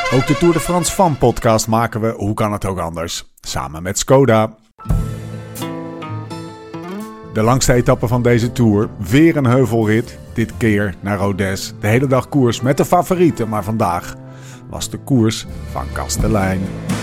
Ook de Tour de France Fan podcast maken we, hoe kan het ook anders, samen met Skoda. De langste etappe van deze Tour, weer een heuvelrit, dit keer naar Rodez. De hele dag koers met de favorieten, maar vandaag was de koers van Kastelein.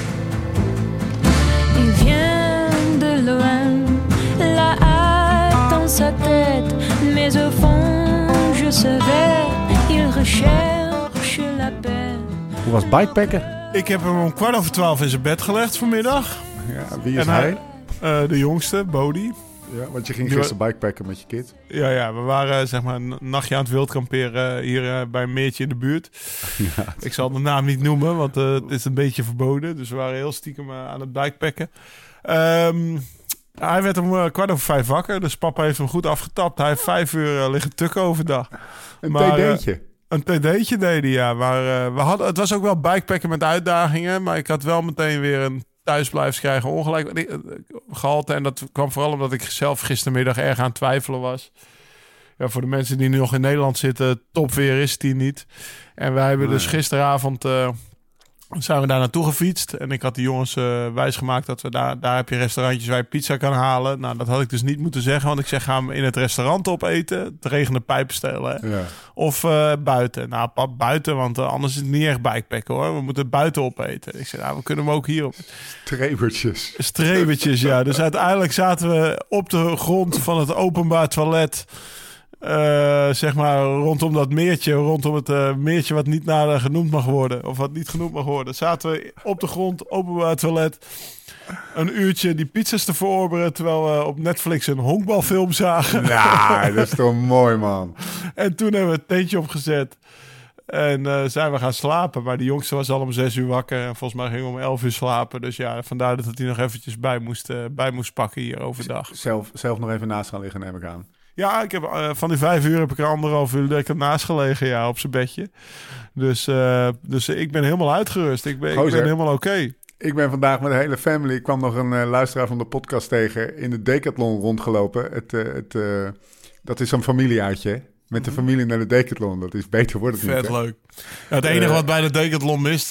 Il vient de loin, la hâte dans sa tête, mais au fond je savais, il recherche la paix. Hoe was bikepacken? Ik heb hem om 11:15 in zijn bed gelegd vanmiddag. Ja, wie is hij? De jongste, Bodie. Ja, want je ging gisteren bikepacken met je kind. Ja, we waren zeg maar een nachtje aan het wildkamperen hier bij een meertje in de buurt. Ja, Ik zal de naam niet noemen, want het is een beetje verboden. Dus we waren heel stiekem aan het bikepacken. Hij werd om 4:15 wakker, dus papa heeft hem goed afgetapt. Hij heeft 5 uur liggen tukken overdag. een TD'tje. Een TD'tje deed hij, ja. Maar het was ook wel bikepacken met uitdagingen. Maar ik had wel meteen weer een thuisblijfs krijgen ongelijk gehalte. En dat kwam vooral omdat ik zelf gistermiddag erg aan het twijfelen was. Ja, voor de mensen die nu nog in Nederland zitten, topweer is het hier niet. En wij hebben dus gisteravond zijn we daar naartoe gefietst. En ik had de jongens wijsgemaakt dat we daar heb je restaurantjes waar je pizza kan halen. Nou, dat had ik dus niet moeten zeggen. Want ik zeg, ga hem in het restaurant opeten. Het regende pijpenstelen. Ja. Of buiten. Nou, pap, buiten. Want anders is het niet echt bikepacken, hoor. We moeten buiten opeten. Ik zeg, nou, we kunnen hem ook hier op. Strebertjes, ja. Dus uiteindelijk zaten we op de grond van het openbaar toilet. Zeg maar rondom dat meertje, rondom het meertje wat niet nader genoemd mag worden, of wat niet genoemd mag worden, zaten we op de grond, openbaar toilet, een uurtje die pizza's te verorberen, terwijl we op Netflix een honkbalfilm zagen. Ja, dat is toch mooi, man. En toen hebben we het tentje opgezet en zijn we gaan slapen. Maar die jongste was al om 6 uur wakker en volgens mij ging hij om 11 uur slapen. Dus ja, vandaar dat hij nog eventjes bij moest pakken hier overdag. Zelf nog even naast gaan liggen, neem ik aan. Ja, ik heb van die 5 uur heb ik er 1,5 uur dat ik ernaast gelegen, ja, op zijn bedje. Dus ik ben helemaal uitgerust. Ik ben helemaal oké. Ik ben vandaag met de hele family. Ik kwam nog een luisteraar van de podcast tegen in de Decathlon rondgelopen. Dat is zo'n familieuitje. Met de familie naar de Decathlon. Dat is beter wordt het niet. Vet leuk. Ja, het enige wat bij de Decathlon mist,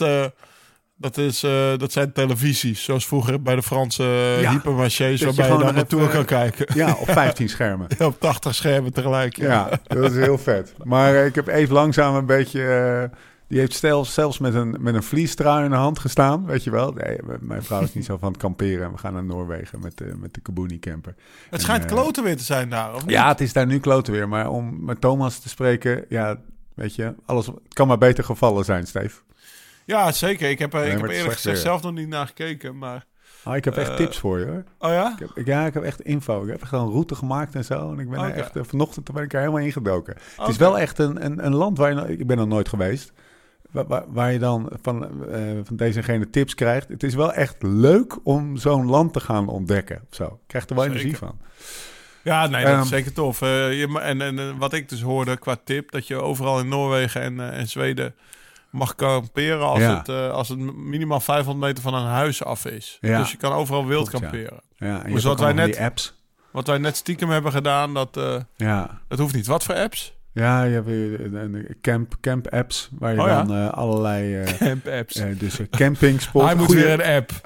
dat zijn televisies. Zoals vroeger bij de Franse hypermarchés, waarbij je dan naartoe kan kijken. Ja, op 15 schermen. Ja, op 80 schermen tegelijk. Ja, dat is heel vet. Maar ik heb even langzaam een beetje... die heeft zelfs met een vliestrui in de hand gestaan, weet je wel. Nee, mijn vrouw is niet zo van het kamperen. En we gaan naar Noorwegen met de Kabuni camper. Het schijnt kloten weer te zijn daar, of niet? Ja, het is daar nu kloten weer. Maar om met Thomas te spreken, ja, weet je, alles het kan maar beter gevallen zijn, Steve. Ja, zeker. Ik heb eerlijk gezegd zelf nog niet naar gekeken, maar... ik heb echt tips voor je, hoor. Oh ja? Ik heb echt info. Ik heb echt een route gemaakt en zo. En ik ben er echt... vanochtend ben ik er helemaal ingedoken. Het is wel echt een land waar ik ben nog nooit geweest. Waar je dan van deze en gene tips krijgt. Het is wel echt leuk om zo'n land te gaan ontdekken. Zo. Je krijgt er wel energie van. Ja, nee, dat is zeker tof. En wat ik dus hoorde qua tip, dat je overal in Noorwegen en Zweden mag kamperen als het minimaal 500 meter van een huis af is. Ja. Dus je kan overal wild kamperen. Ja, en je die apps. Wat wij net stiekem hebben gedaan, dat hoeft niet. Wat voor apps? Ja, je hebt camp-apps waar je dan allerlei... camp-apps. Dus campingspot. Hij moet weer een app.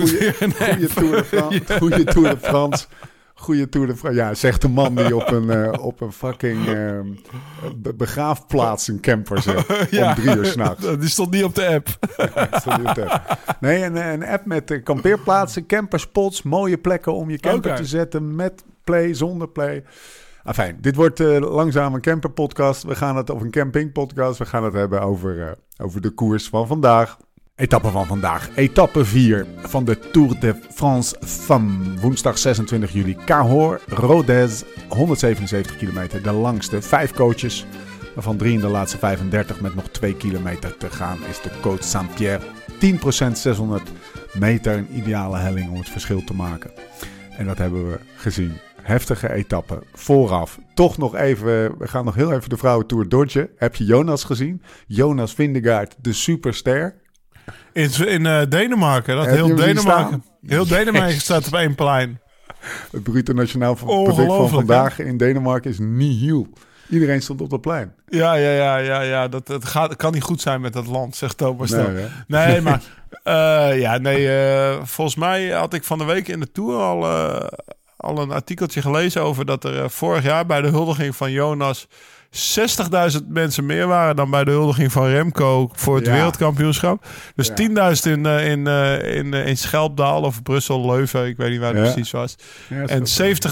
Goede Tour de France. Goede Tour de France. Ja, zegt de man die op een fucking begraafplaats een camper zet. Om 3 uur 's nachts. Die stond niet op de app. Nee, een app met kampeerplaatsen, camperspots, mooie plekken om je camper te zetten. Met play, zonder play. Enfin, dit wordt langzaam een camperpodcast. Of een campingpodcast. We gaan het hebben over de koers van vandaag. Etappe van vandaag. Etappe 4 van de Tour de France Femmes. Woensdag 26 juli. Cahors, Rodez. 177 kilometer. De langste. 5 coaches. Waarvan 3 in de laatste 35 met nog 2 kilometer te gaan. Is de Côte Saint-Pierre. 10% 600 meter. Een ideale helling om het verschil te maken. En dat hebben we gezien. Heftige etappe vooraf. Toch nog even, we gaan nog heel even de vrouwentour dodgen. Heb je Jonas gezien? Jonas Vingegaard, de superster. In Denemarken. Heel Denemarken staat op één plein. Het bruto nationaal product van vandaag in Denemarken is nihil. Iedereen stond op het plein. Ja. Dat kan niet goed zijn met dat land, zegt Thomas dan. Nee, maar... volgens mij had ik van de week in de Tour al een artikeltje gelezen over dat er vorig jaar bij de huldiging van Jonas 60.000 mensen meer waren dan bij de huldiging van Remco voor het wereldkampioenschap. Dus 10.000 in Schelpdaal of Brussel, Leuven, ik weet niet waar het precies was. Ja, en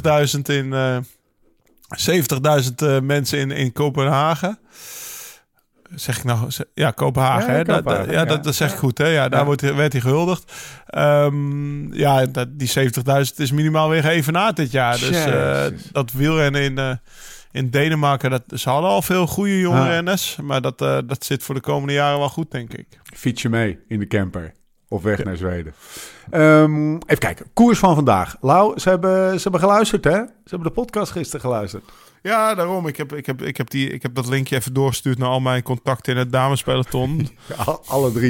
70.000 mensen in Kopenhagen. Zeg ik nou? Ja, Kopenhagen. Ja, dat zeg ik goed. Hè? Ja, daar werd hij gehuldigd. Die 70.000 is minimaal weer geëvenaard dit jaar. Dus dat wielrennen in Denemarken, ze hadden al veel goede jonge renners. Maar dat zit voor de komende jaren wel goed, denk ik. Fiets je mee in de camper of weg naar Zweden. Even kijken. Koers van vandaag. Lau, ze hebben geluisterd, hè? Ze hebben de podcast gisteren geluisterd. Ja, daarom. Ik heb dat linkje even doorgestuurd naar al mijn contacten in het damespeloton. Alle 3.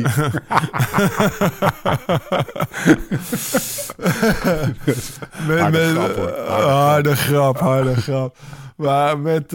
Harde grap. Maar met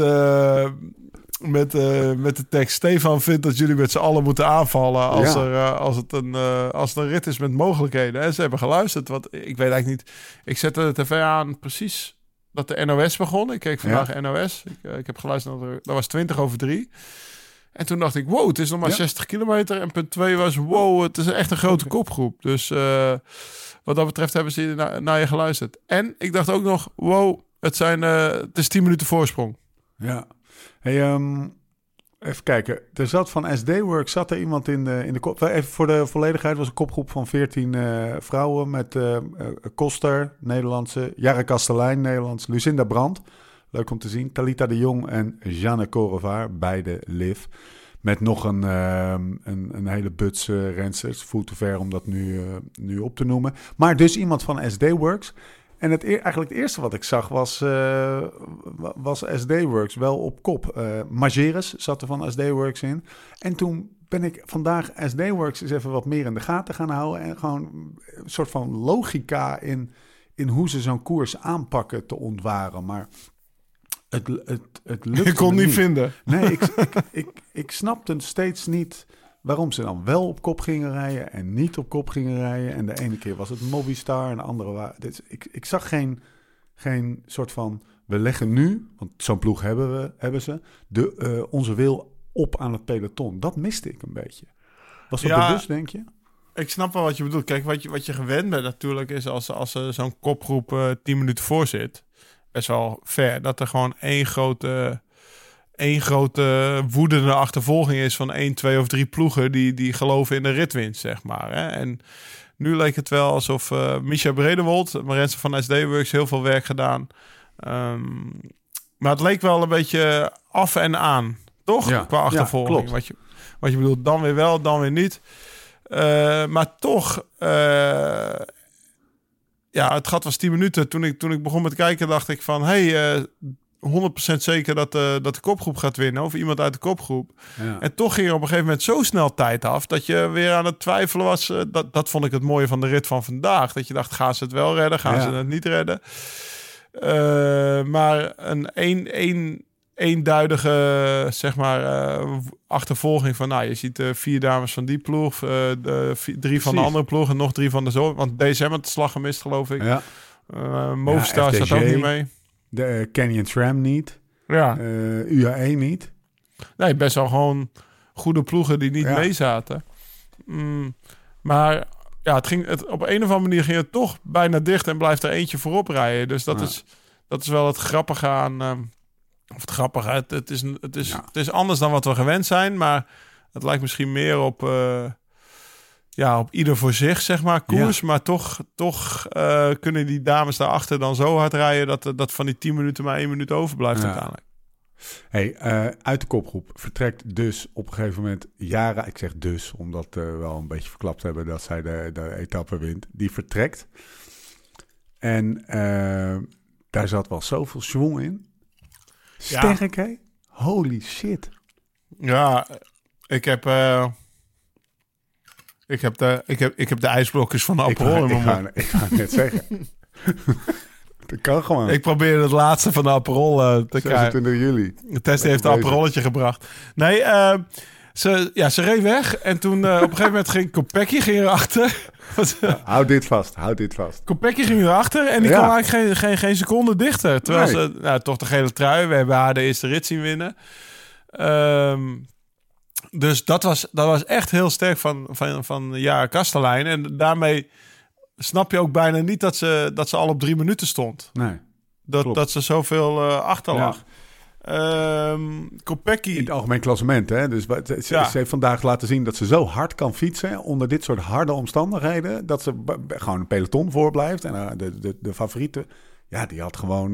de tekst: Stefan vindt dat jullie met z'n allen moeten aanvallen als het een rit is met mogelijkheden. En ze hebben geluisterd. Want ik weet eigenlijk niet. Ik zette de tv aan precies dat de NOS begon. Ik keek vandaag NOS. Ik heb geluisterd naar dat was 3:20. En toen dacht ik, wow, het is nog maar 60 kilometer. En punt 2 was, wow, het is echt een grote kopgroep. Dus wat dat betreft hebben ze naar je geluisterd. En ik dacht ook nog, wow, het is 10 minuten voorsprong. Ja. Hey, even kijken. Er zat van SD-Works zat er iemand in de kop. Even voor de volledigheid, was een kopgroep van 14 vrouwen met Koster, Nederlandse, Jara Kastelein, Nederlands, Lucinda Brandt, leuk om te zien, Talita de Jong en Jeanne Korevaar, beide liv. Met nog een hele buts rensters. Voelt te ver om dat nu op te noemen. Maar dus iemand van SD-Works. En eigenlijk het eerste wat ik zag was SD-Works wel op kop. Majeres zat er van SD-Works in. En toen ben ik vandaag SD-Works eens even wat meer in de gaten gaan houden. En gewoon een soort van logica in hoe ze zo'n koers aanpakken te ontwaren. Maar het lukt. Je kon niet vinden. Nee, ik snapte steeds niet waarom ze dan wel op kop gingen rijden en niet op kop gingen rijden. En de ene keer was het Movistar en de andere ik zag geen soort van, we leggen nu, want zo'n ploeg hebben ze, onze wil op aan het peloton. Dat miste ik een beetje. Was dat bewust, denk je? Ik snap wel wat je bedoelt. Kijk, wat je gewend bent natuurlijk is als zo'n kopgroep 10 minuten voor zit, best wel ver, dat er gewoon één grote woedende achtervolging is van 1, 2 of 3 ploegen die geloven in de ritwinst, zeg maar. Hè? En nu leek het wel alsof Micha Bredewold, Marense van SD-Works, heel veel werk gedaan. Maar het leek wel een beetje af en aan, toch? Ja, qua achtervolging. Ja, wat je bedoelt, dan weer wel, dan weer niet. Maar toch, het gat was 10 minuten. Toen ik begon met kijken, dacht ik van, 100% zeker dat de kopgroep gaat winnen. Of iemand uit de kopgroep. Ja. En toch ging er op een gegeven moment zo snel tijd af dat je weer aan het twijfelen was. Dat vond ik het mooie van de rit van vandaag. Dat je dacht, gaan ze het wel redden? Gaan ze het niet redden? Maar een eenduidige, zeg maar, achtervolging van, je ziet 4 dames van die ploeg, 3 van de andere ploeg en nog 3 van de zo. Want DSM had de slag gemist, geloof ik. Ja. Movistar zat ook niet mee. De Canyon SRAM niet. Ja. UAE niet. Nee, best wel gewoon goede ploegen die niet mee zaten. Maar het ging op een of andere manier ging het toch bijna dicht en blijft er eentje voorop rijden. Dus dat is wel het grappige aan. Of het grappige. Het is anders dan wat we gewend zijn, maar het lijkt misschien meer op ieder voor zich, zeg maar, koers. Ja. Maar toch kunnen die dames daarachter dan zo hard rijden dat van die 10 minuten maar 1 minuut overblijft uiteindelijk. Hey, uit de kopgroep vertrekt dus op een gegeven moment Jara. Ik zeg dus, omdat we wel een beetje verklapt hebben dat zij de etappe wint. Die vertrekt. En daar zat wel zoveel schwung in. Sterk, hè? Holy shit. Ja, ik heb de ijsblokjes van de Aperol in mijn mond. Ik ga net zeggen. Dat kan gewoon. Ik probeerde het laatste van de Aperol te krijgen. 26 juli. De test heeft een Aperolletje gebracht. Nee, ze reed weg. En toen op een gegeven moment ging Kopecky erachter. Houd dit vast. Kopecky ging erachter en die kwam eigenlijk geen seconde dichter. Terwijl ze toch de gele trui. We hebben haar de eerste rit zien winnen. Dus dat was echt heel sterk van Jara Kastelein. En daarmee snap je ook bijna niet dat ze al op 3 minuten stond. Nee, dat ze zoveel achter lag. Kopecky... In het algemeen klassement, hè? Dus ze heeft vandaag laten zien dat ze zo hard kan fietsen onder dit soort harde omstandigheden, dat ze gewoon een peloton voorblijft. En de favoriete, die had gewoon...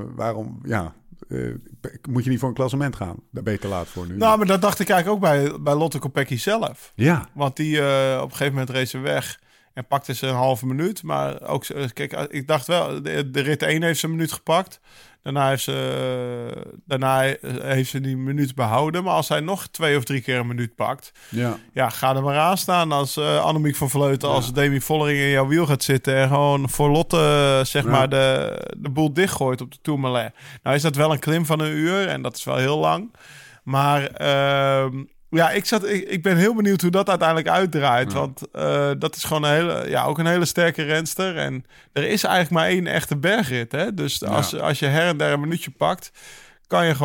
moet je niet voor een klassement gaan? Daar ben je te laat voor nu. Nou, maar dat dacht ik eigenlijk ook bij Lotte Kopecky zelf. Ja. Want die op een gegeven moment race ze weg en pakte ze een halve minuut. Maar ook, kijk, ik dacht wel, de rit 1 heeft ze een minuut gepakt. Daarna heeft ze die minuut behouden. Maar als hij nog 2 of 3 keer een minuut pakt... Ja, ga er maar aan staan als Annemiek van Vleuten... als Demi Vollering in jouw wiel gaat zitten... en gewoon voor Lotte, maar, de boel dichtgooit op de Tourmalet. Nou is dat wel een klim van 1 uur... en dat is wel heel lang. Maar... ik ben heel benieuwd hoe dat uiteindelijk uitdraait. Ja. Want dat is gewoon ook een hele sterke renster. En er is eigenlijk maar 1 echte bergrit. Hè? Dus als je her en der een minuutje pakt... kan je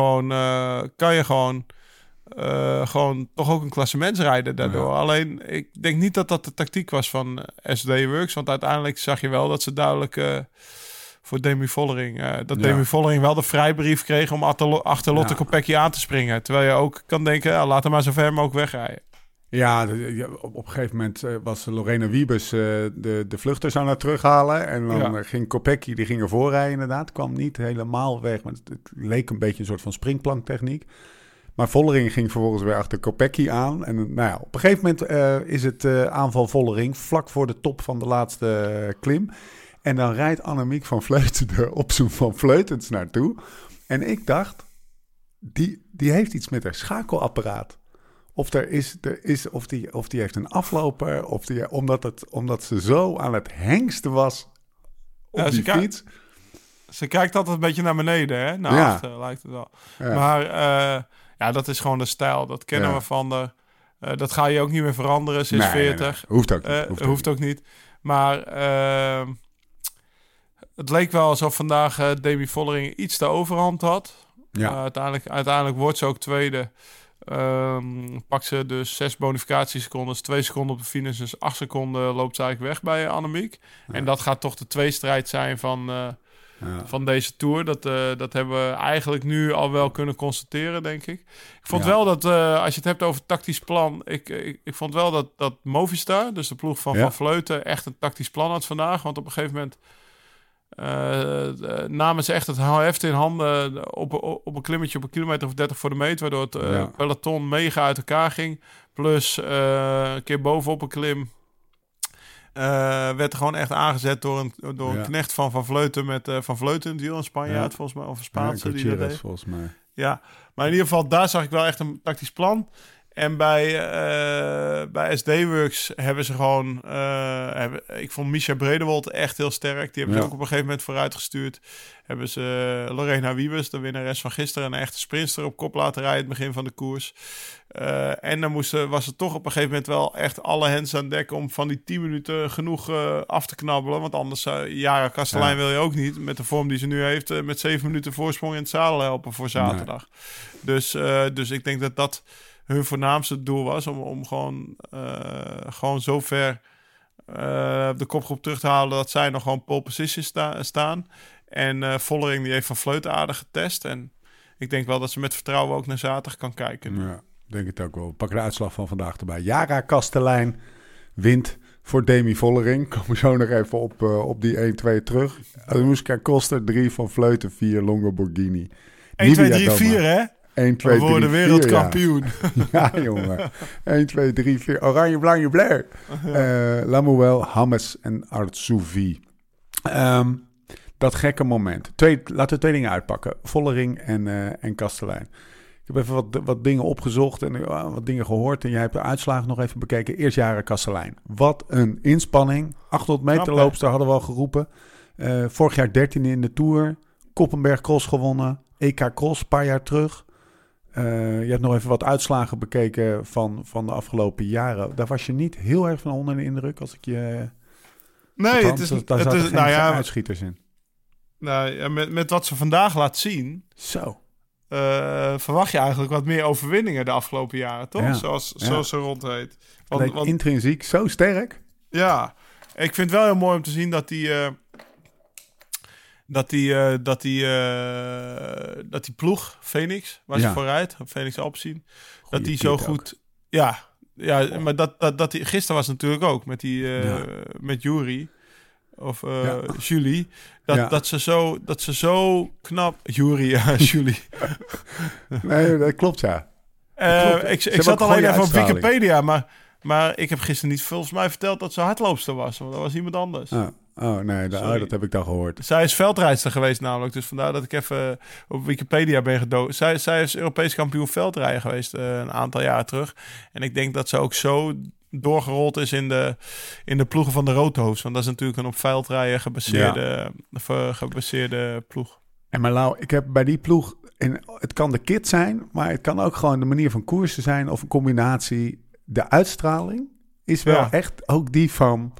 gewoon toch ook een klassementsrijder daardoor. Ja. Alleen, ik denk niet dat dat de tactiek was van SD Works. Want uiteindelijk zag je wel dat ze duidelijk... voor Demi Vollering. Demi Vollering wel de vrijbrief kreeg om achter Lotte Kopecky aan te springen. Terwijl je ook kan denken, laat hem maar zo ver mogelijk wegrijden. Ja, op een gegeven moment was Lorena Wiebes de vluchters aan het terughalen. En dan ging Kopecky, die ging ervoor rijden inderdaad. Kwam niet helemaal weg, maar het leek een beetje een soort van springplanktechniek. Maar Vollering ging vervolgens weer achter Kopecky aan. En op een gegeven moment is het aanval Vollering vlak voor de top van de laatste klim. En dan rijdt Annemiek van Vleuten er op zo'n Van Vleutens naartoe. En ik dacht, die heeft iets met haar schakelapparaat. Of die heeft een afloper. Omdat ze zo aan het hengsten was op die fiets. Ze kijkt altijd een beetje naar beneden, hè? Naar achter lijkt het wel. Ja. Maar dat is gewoon de stijl. Dat kennen we van de... dat ga je ook niet meer veranderen. Ze is 40. Nee. Hoeft ook niet. Maar... het leek wel alsof vandaag Demi Vollering iets de overhand had. Ja. Uiteindelijk wordt ze ook tweede. Pakt ze dus 6 bonificatieseconden, 2 seconden op de finish. Dus 8 seconden loopt ze eigenlijk weg bij Annemiek. Ja. En dat gaat toch de tweestrijd zijn van deze Tour. Dat hebben we eigenlijk nu al wel kunnen constateren, denk ik. Ik vond wel dat, als je het hebt over tactisch plan... Ik vond wel dat Movistar, dus de ploeg van Vleuten... echt een tactisch plan had vandaag. Want op een gegeven moment... namen ze echt het heft in handen op een klimmetje op een kilometer of 30 voor de meet, waardoor het peloton mega uit elkaar ging. Plus een keer bovenop een klim werd er gewoon echt aangezet door een knecht van Vleuten met Van Vleuten, die een Spanjaard volgens mij, of een Spaanse die dat deed. Volgens mij. Ja, maar in ieder geval daar zag ik wel echt een tactisch plan. En bij SD Works hebben ze gewoon... ik vond Misha Bredewold echt heel sterk. Die hebben ze ook op een gegeven moment vooruitgestuurd. Hebben ze Lorena Wiebes, de winnares van gisteren... een echte sprinter op kop laten rijden... het begin van de koers. En dan was het toch op een gegeven moment wel echt alle hens aan dek... om van die 10 minuten genoeg af te knabbelen. Want anders, Jara Kastelein wil je ook niet... met de vorm die ze nu heeft... met 7 minuten voorsprong in het zadel helpen voor zaterdag. Nee. Dus ik denk dat hun voornaamste doel was om gewoon zo ver de kopgroep terug te halen... dat zij nog gewoon pole position staan. En Vollering die heeft Van Vleuten aardig getest. En ik denk wel dat ze met vertrouwen ook naar zaterdag kan kijken. Ja, denk het ook wel. Pak de uitslag van vandaag erbij. Jara Kastelein wint voor Demi Vollering. Komen we zo nog even op die 1-2 terug. Anoushka Koster 3, Van Vleuten 4, Longo Borghini. 1, 2, 3, 4 hè? 1, 2, we worden wereldkampioen. Ja, jongen. 1, 2, 3, 4. Oranje, blanje, bleu. Lamuel, Hammes en Arzouvi. Dat gekke moment. Laten we 2 dingen uitpakken. Vollering en Kastelein. Ik heb even wat dingen opgezocht en wat dingen gehoord. En jij hebt de uitslagen nog even bekeken. Eerst Jara Kastelein. Wat een inspanning. 800 meter loopster hadden we al geroepen. Vorig jaar 13e in de Tour. Koppenberg Cross gewonnen. EK Cross, een paar jaar terug. Je hebt nog even wat uitslagen bekeken van de afgelopen jaren. Daar was je niet heel erg van onder de indruk als ik je... Nee, daar zaten geen uitschieters in. Nou ja, met wat ze vandaag laat zien... Zo. Verwacht je eigenlijk wat meer overwinningen de afgelopen jaren, toch? Ja. Zoals ze rondheet. Want intrinsiek zo sterk. Ja, ik vind het wel heel mooi om te zien dat die ploeg, Phoenix, waar ze vooruit, Phoenix Alpecin, dat die zo goed... Ook. Ja, maar dat die gisteren was natuurlijk ook met met Jury of Julie, dat ze zo knap... Jury, Julie. Nee, dat klopt, ja. Ik zat alleen even op Wikipedia, maar ik heb gisteren niet volgens mij verteld dat ze hardloopster was. Want dat was iemand anders. Dat heb ik dan gehoord. Zij is veldrijdster geweest namelijk. Dus vandaar dat ik even op Wikipedia ben gedoken. Zij is Europees kampioen veldrijden geweest een aantal jaren terug. En ik denk dat ze ook zo doorgerold is in de ploegen van de Roodhoofds. Want dat is natuurlijk een op veldrijden gebaseerde ploeg. En maar Lau, ik heb bij die ploeg... En het kan de kit zijn, maar het kan ook gewoon de manier van koersen zijn... of een combinatie. De uitstraling is wel echt ook die van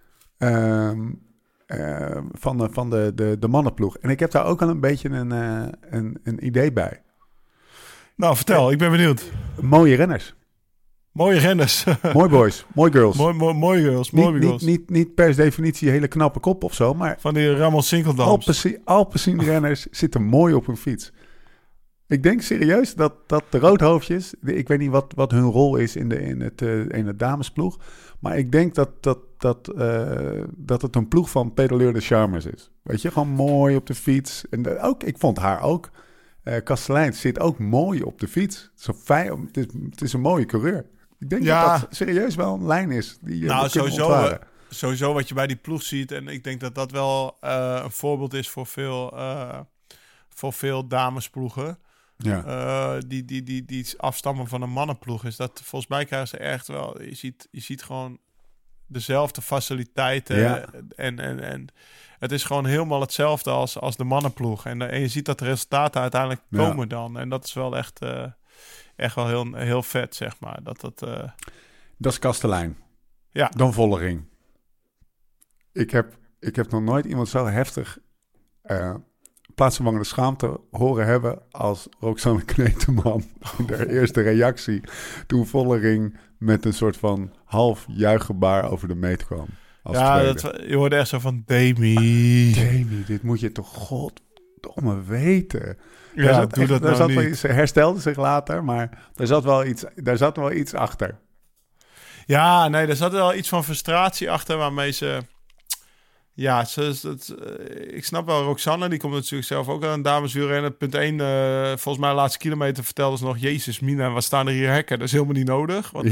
de mannenploeg. En ik heb daar ook al een beetje een idee bij. Nou, vertel. Ik ben benieuwd. Mooie renners. Mooie renners. Mooi boys. Mooi girls. Mooi girls. Niet per definitie hele knappe kop of zo, maar... Van die Ramon Sinkeldams. Alpecin renners zitten mooi op hun fiets. Ik denk serieus dat de roodhoofdjes... Ik weet niet wat hun rol is in het damesploeg. Maar ik denk dat het een ploeg van pedaleur de charmers is. Weet je, gewoon mooi op de fiets. En ik vond haar ook. Kastelein zit ook mooi op de fiets. Zo fijn, het is een mooie coureur. Ik denk dat serieus wel een lijn is. Die sowieso wat je bij die ploeg ziet. En ik denk dat wel een voorbeeld is voor veel damesploegen. Ja. Die afstammen van een mannenploeg. Is dat volgens mij krijgen ze echt wel... Je ziet gewoon dezelfde faciliteiten. Ja. En het is gewoon helemaal hetzelfde als de mannenploeg. En je ziet dat de resultaten uiteindelijk komen dan. En dat is wel echt wel heel, heel vet, zeg maar. Dat is Kastelein. Ja. Dan Vollering. Ik heb nog nooit iemand zo heftig... plaatsvervangende schaamte horen hebben als Roxanne Kneteman. De eerste reactie toen Vollering met een soort van half juichgebaar over de meet kwam. Je hoorde echt zo van Demi, dit moet je toch goddomme weten. Ja, doe dat nou niet. Ze herstelde zich later, maar daar zat wel iets achter. Ja, nee, er zat wel iets van frustratie achter waarmee ze... Ja, ik snap wel Roxanne, die komt natuurlijk zelf ook aan een dameswielrennen. Punt 1, volgens mij de laatste kilometer vertelde ze nog... Jezus, Mina, wat staan er hier hekken? Dat is helemaal niet nodig. Want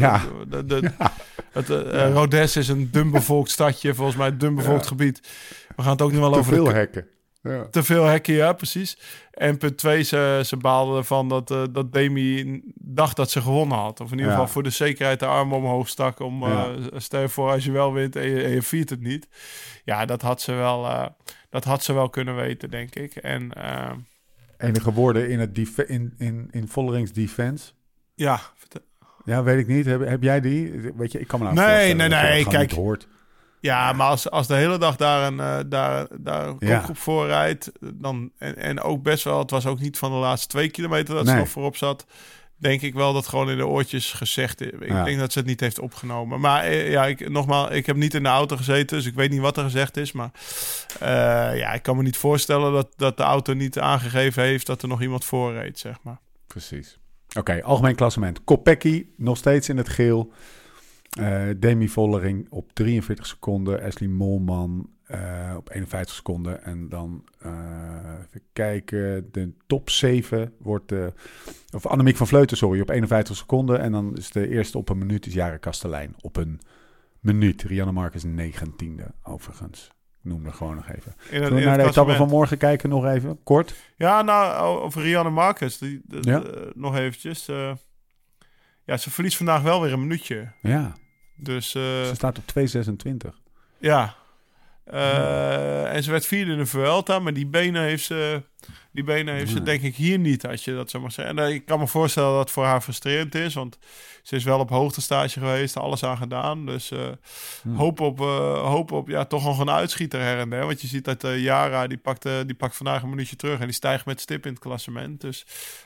Rodez is een dunbevolkt stadje, volgens mij een dunbevolkt gebied. We gaan het ook nog wel over... Te veel hekken. Ja. Te veel hekken, ja, precies. En punt 2, ze baalden ervan dat Demi dacht dat ze gewonnen had. Of in ieder geval voor de zekerheid de armen omhoog stak. Stel je voor als je wel wint en je viert het niet. Ja, dat had ze wel kunnen weten, denk ik. En enige woorden in Vollerings defense? Ja. Ja, weet ik niet. Heb jij die? Weet je, ik kan me nou voorstellen dat je kijk, niet hoort. Ja, maar als de hele dag daar een kopgroep voor rijdt... dan en ook best wel... Het was ook niet van de laatste 2 kilometer dat ze nog voorop zat... denk ik wel dat gewoon in de oortjes gezegd is. Ik denk dat ze het niet heeft opgenomen. Maar ik heb niet in de auto gezeten... dus ik weet niet wat er gezegd is. Maar ik kan me niet voorstellen dat de auto niet aangegeven heeft... dat er nog iemand voor reed, zeg maar. Precies. Oké, algemeen klassement. Kopecky nog steeds in het geel... Demi Vollering op 43 seconden. Ashley Molman op 51 seconden. En dan even kijken. De top 7 wordt... of Annemiek van Vleuten, op 51 seconden. En dan is de eerste op een minuut is Jaren Kastelein. Op een minuut. Rianne Marcus 19e overigens. Ik noem er gewoon nog even. Zullen we naar de etappe van morgen kijken nog even? Kort. Ja, nou, over Rianne Marcus. Nog eventjes. Ze verliest vandaag wel weer een minuutje. Ja. Dus, ze staat op 2,26. Ja, En ze werd vierde in de Vuelta, maar die benen heeft ze denk ik hier niet, als je dat zo mag zeggen. En ik kan me voorstellen dat het voor haar frustrerend is, want ze is wel op hoogtestage geweest, alles aan gedaan. Dus hoop op toch nog een uitschieter her en der. Want je ziet dat Yara, die pakt vandaag een minuutje terug en die stijgt met stip in het klassement. Dus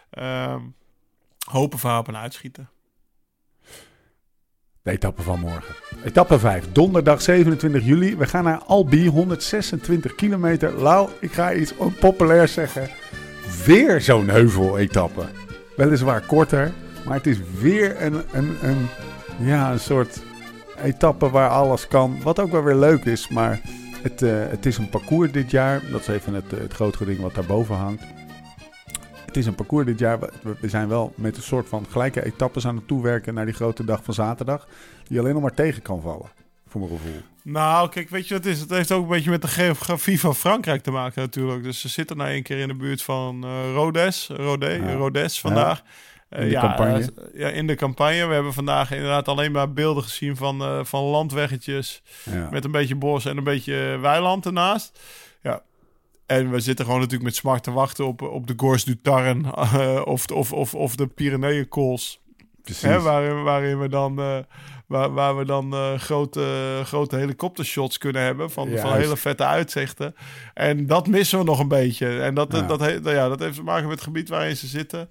hopen voor haar op een uitschieter. De etappe van morgen. Etappe 5, donderdag 27 juli. We gaan naar Albi, 126 kilometer. Lau, ik ga iets onpopulairs zeggen. Weer zo'n heuvel-etappe. Weliswaar korter, maar het is weer een soort etappe waar alles kan. Wat ook wel weer leuk is, maar het is een parcours dit jaar. Dat is even het grotere ding wat daarboven hangt. Het is een parcours dit jaar. We zijn wel met een soort van gelijke etappes aan het toewerken naar die grote dag van zaterdag. Die alleen nog maar tegen kan vallen, voor mijn gevoel. Nou, kijk, weet je wat het is? Het heeft ook een beetje met de geografie van Frankrijk te maken natuurlijk. Dus ze zitten nou 1 keer in de buurt van Rodez vandaag. In de campagne. In de campagne. We hebben vandaag inderdaad alleen maar beelden gezien van landweggetjes met een beetje bos en een beetje weiland ernaast. Ja. En we zitten gewoon natuurlijk met smart te wachten op de Gorge du Tarn of de Pyreneeënkools. Precies. Waarin we dan... Waar we dan grote helikoptershots kunnen hebben van hele vette uitzichten. En dat missen we nog een beetje. En dat heeft te maken met het gebied waarin ze zitten.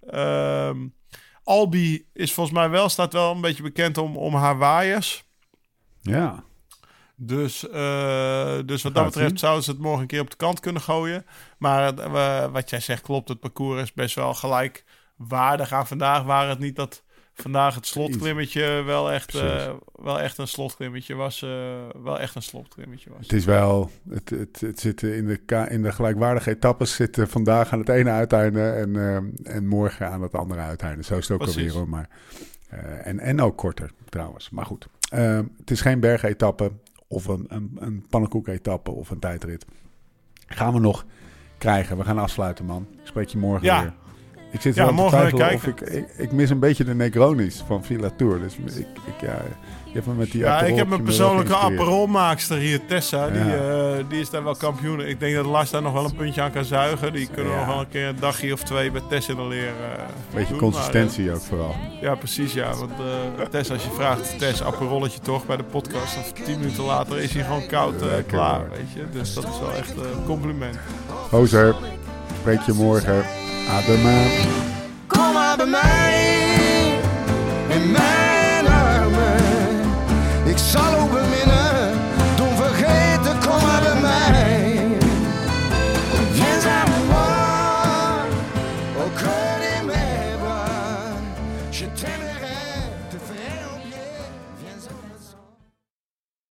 Albi is volgens mij staat wel een beetje bekend om haar waaiers. Ja. Dus wat dat betreft zouden ze het morgen een keer op de kant kunnen gooien. Maar wat jij zegt klopt, het parcours is best wel gelijkwaardig aan vandaag. Waar het niet dat vandaag het slotklimmetje wel echt een slotklimmetje was. Het is wel... Het zit in de gelijkwaardige etappes zitten vandaag aan het ene uiteinde en morgen aan het andere uiteinde. Zo is het ook alweer hoor. Maar, en ook korter trouwens. Maar goed. Het is geen bergetappe of een pannenkoek-etappe of een tijdrit. Gaan we nog krijgen. We gaan afsluiten, man. Ik spreek je morgen weer. Ik zit wel te twijfelen of ik mis een beetje de Negronis van Villa Tour. Dus je hebt me met die ik heb mijn persoonlijke aperolmaakster hier, Tessa. Die is daar wel kampioen. Ik denk dat Lars daar nog wel een puntje aan kan zuigen. Die kunnen nog wel een keer een dagje of 2 bij Tess in de leer beetje doen, consistentie ook vooral. Ja, precies. Ja. Want Tess, als je vraagt, Tess, aperolletje toch bij de podcast. Of 10 minuten later is hij gewoon koud klaar. Weet je? Dus dat is wel echt een compliment. Gozer, spreek je morgen. À demain. Kom maar bij mij.